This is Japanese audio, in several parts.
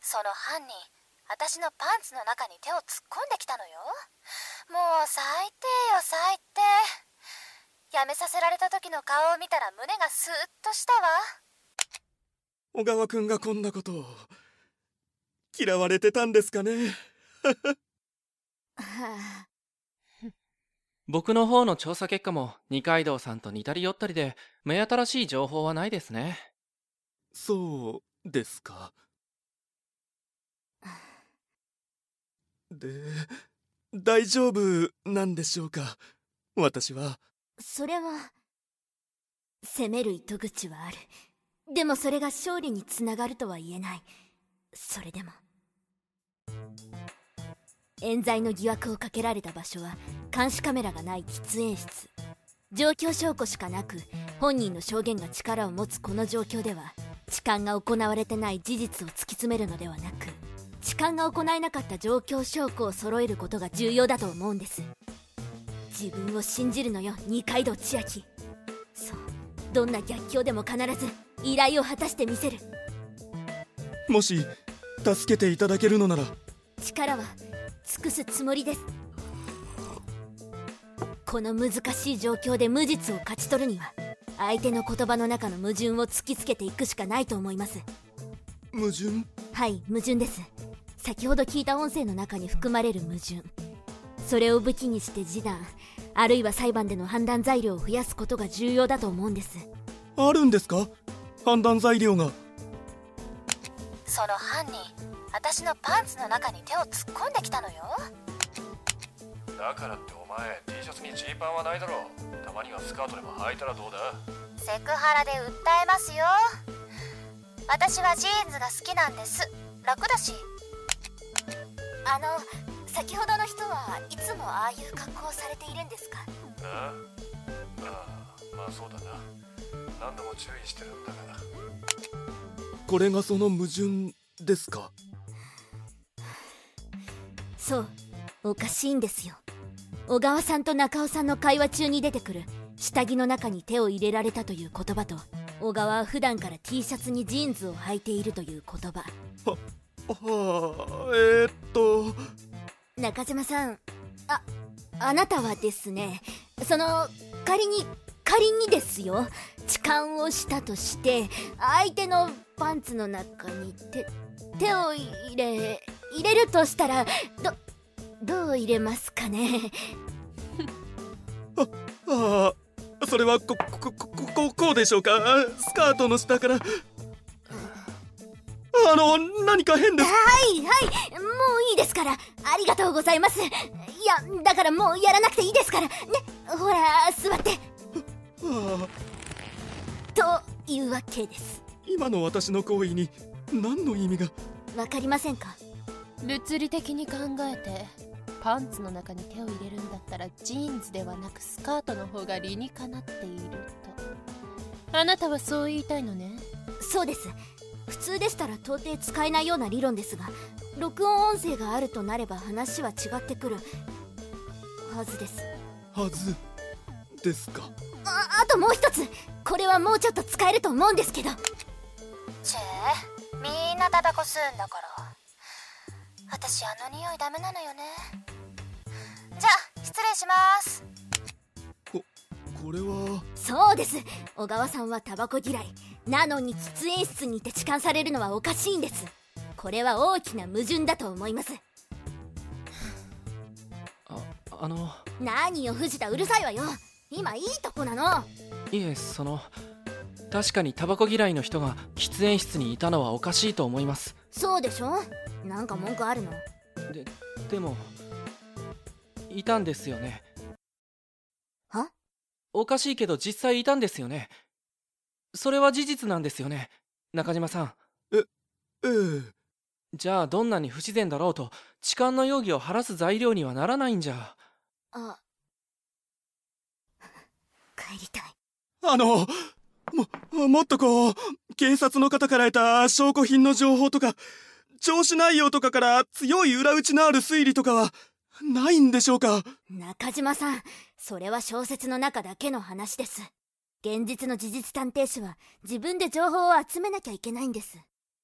その犯人、私のパンツの中に手を突っ込んできたのよ。もう最低よ最低。辞めさせられた時の顔を見たら胸がスーッとしたわ。 小川くんがこんなことを。嫌われてたんですかね。 僕の方の調査結果も二階堂さんと似たり寄ったりで、目新しい情報はないですね。 そうですか。で、大丈夫なんでしょうか。私は。 それは攻める糸口はある。でもそれが勝利につながるとは言えない。それでも冤罪の疑惑をかけられた場所は監視カメラがない喫煙室。状況証拠しかなく、本人の証言が力を持つこの状況では、痴漢が行われてない事実を突き詰めるのではなく、痴漢が行えなかった状況証拠を揃えることが重要だと思うんです。自分を信じるのよ、二階堂千秋。そう、どんな逆境でも必ず依頼を果たしてみせる。 もし助けていただけるのなら力は尽くすつもりです。この難しい状況で無実を勝ち取るには、相手の言葉の中の矛盾を突きつけていくしかないと思います。 矛盾？ はい、矛盾です。先ほど聞いた音声の中に含まれる矛盾、それを武器にして示談、あるいは裁判での判断材料を増やすことが重要だと思うんです。 あるんですか？判断材料が。 その犯人、私のパンツの中に手を突っ込んできたのよ。 だからってお前 T シャツにジーパンはないだろう。たまにはスカートでも履いたらどうだ。 セクハラで訴えますよ。私はジーンズが好きなんです。楽だし。 先ほどの人はいつもああいう格好をされているんですか？ ああ、まあそうだな。何度も注意してるんだが。 これがその矛盾ですか？ そう、おかしいんですよ。小川さんと中尾さんの会話中に出てくる下着の中に手を入れられたという言葉と、小川は普段から T シャツにジーンズを履いているという言葉。中島さん、あなたはですね、仮にですよ、痴漢をしたとして相手のパンツの中に手を入れるとしたら、どう入れますかね。 それはこうでしょうか。スカートの下から。何か変です。 はいはい、もういいですから。ありがとうございます。いや、だからもうやらなくていいですからね。ほら座って。というわけです。 今の私の行為に何の意味が。 わかりませんか？ 物理的に考えて、パンツの中に手を入れるんだったらジーンズではなくスカートの方が理にかなっていると。あなたはそう言いたいのね。 そうです。普通でしたら到底使えないような理論ですが、録音音声があるとなれば話は違ってくるはずです。 はずですか。 あともう一つ、これはもうちょっと使えると思うんですけど。 みんなタバコ吸うんだから。私匂いダメなのよね。じゃあ失礼します。 これは。 そうです、小川さんはタバコ嫌いなのに喫煙室にいて痴漢されるのはおかしいんです。これは大きな矛盾だと思います。何よ藤田、うるさいわよ。今いいとこなの。 いえ、確かにタバコ嫌いの人が喫煙室にいたのはおかしいと思います。 そうでしょ。なんか文句あるの？ でもいたんですよね。 は？ おかしいけど実際いたんですよね。それは事実なんですよね、中島さん。 ええ。 じゃあどんなに不自然だろうと痴漢の容疑を晴らす材料にはならないんじゃ。 帰りたい。 もっと警察の方から得た証拠品の情報とか、聴取内容とかから強い裏打ちのある推理とかはないんでしょうか。 中島さん、それは小説の中だけの話です。現実の事実探偵士は自分で情報を集めなきゃいけないんです。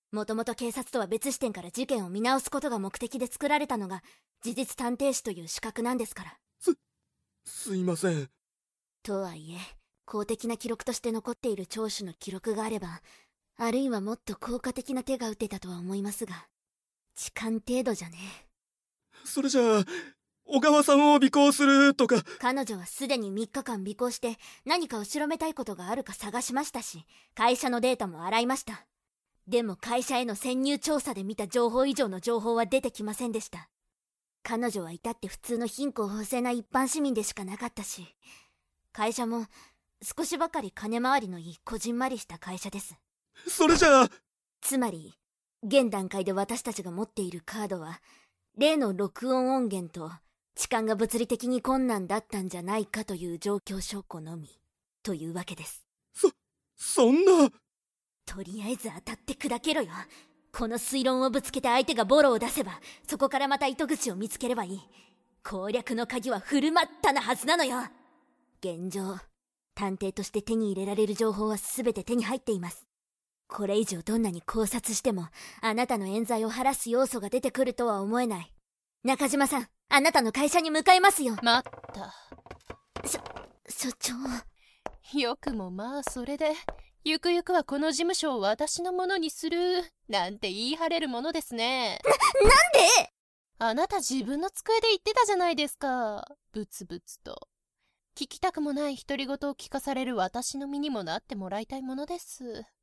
もともと警察とは別視点から事件を見直すことが目的で作られたのが事実探偵士という資格なんですから。 すいません。 とはいえ公的な記録として残っている聴取の記録があれば、あるいはもっと効果的な手が打てたとは思いますが、痴漢程度じゃね。 それじゃあ小川さんを尾行するとか。 彼女はすでに3日間尾行して何か後ろめたいことがあるか探しましたし、会社のデータも洗いました。でも会社への潜入調査で見た情報以上の情報は出てきませんでした。彼女は至って普通の貧困法制な一般市民でしかなかったし、会社も少しばかり金回りのいいこじんまりした会社です。 それじゃあつまり現段階で私たちが持っているカードは例の録音音源と痴漢が物理的に困難だったんじゃないかという状況証拠のみというわけです。 そんな。 とりあえず当たって砕けろよ。この推論をぶつけて相手がボロを出せば、そこからまた糸口を見つければいい。攻略の鍵はフルマッタなはずなのよ。現状探偵として手に入れられる情報は全て手に入っています。これ以上どんなに考察してもあなたの冤罪を晴らす要素が出てくるとは思えない。中島さん、あなたの会社に向かいますよ。 待った。 所長。 よくもまあそれでゆくゆくはこの事務所を私のものにするなんて言い張れるものですね。 なんで？ あなた自分の机で言ってたじゃないですか。ブツブツと聞きたくもない独り言を聞かされる私の身にもなってもらいたいものです。声に出て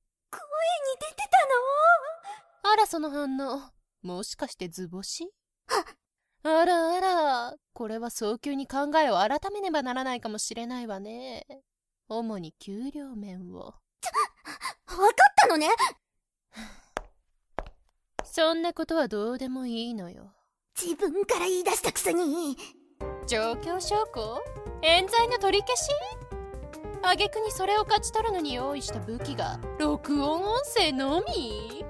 たの？ あら、その反応もしかして図星？あらあら、これは早急に考えを改めねばならないかもしれないわね。主に給料面を。 わかったのね。 そんなことはどうでもいいのよ。 自分から言い出したくせに。 状況証拠？冤罪の取り消し？挙句にそれを勝ち取るのに用意した武器が録音音声のみ？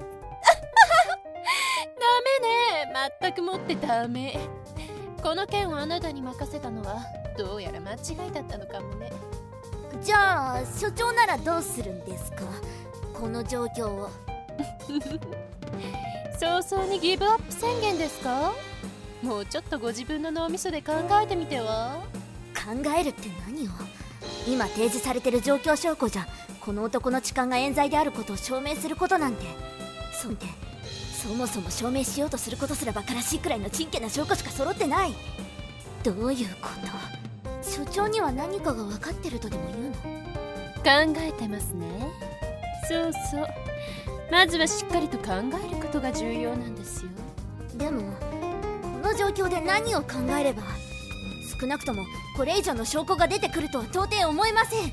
ダメね、全くもってダメ。この件をあなたに任せたのはどうやら間違いだったのかもね。 じゃあ所長ならどうするんですか、この状況を。 早々にギブアップ宣言ですか？もうちょっとご自分の脳みそで考えてみては。 考えるって何を？今提示されてる状況証拠じゃこの男の痴漢が冤罪であることを証明することなんて、そもそも証明しようとすることすら馬鹿らしいくらいのちんけな証拠しか揃ってない。どういうこと？所長には何かが分かってるとでも言うの？ 考えてますね。そうそう、まずはしっかりと考えることが重要なんですよ。 でもこの状況で何を考えれば、少なくともこれ以上の証拠が出てくるとは到底思えません。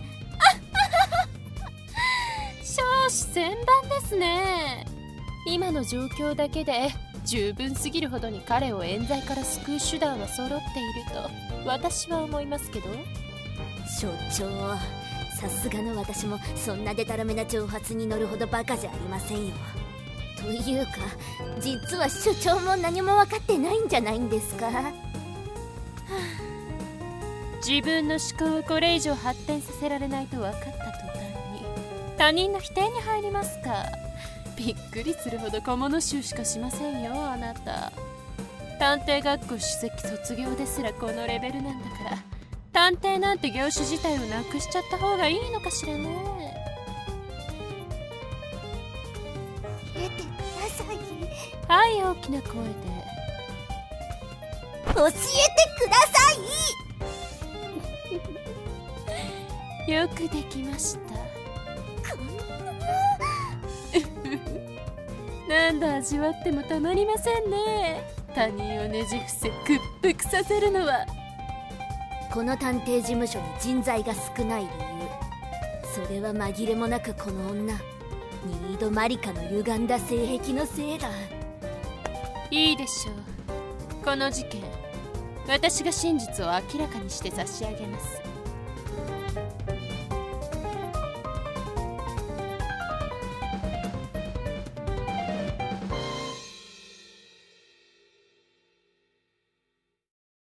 少子千万ですね。今の状況だけで十分すぎるほどに彼を冤罪から救う手段は揃っていると私は思いますけど。 所長、さすがの私もそんなデタラメな挑発に乗るほどバカじゃありませんよ。というか実は所長も何も分かってないんじゃないんですか？ 自分の思考をこれ以上発展させられないと分かった途端に他人の否定に入りますか？びっくりするほど小物臭しかしませんよ、あなた。探偵学校首席卒業ですらこのレベルなんだから、探偵なんて業種自体をなくしちゃった方がいいのかしらね。 教えてください。 はい、大きな声で教えてください。よくできました。何度味わってもたまりませんね。他人をねじ伏せ屈服させるのは。 この探偵事務所に人材が少ない理由、それは紛れもなくこの女ニード・マリカの歪んだ性癖のせいだ。 いいでしょう。この事件、私が真実を明らかにして差し上げます。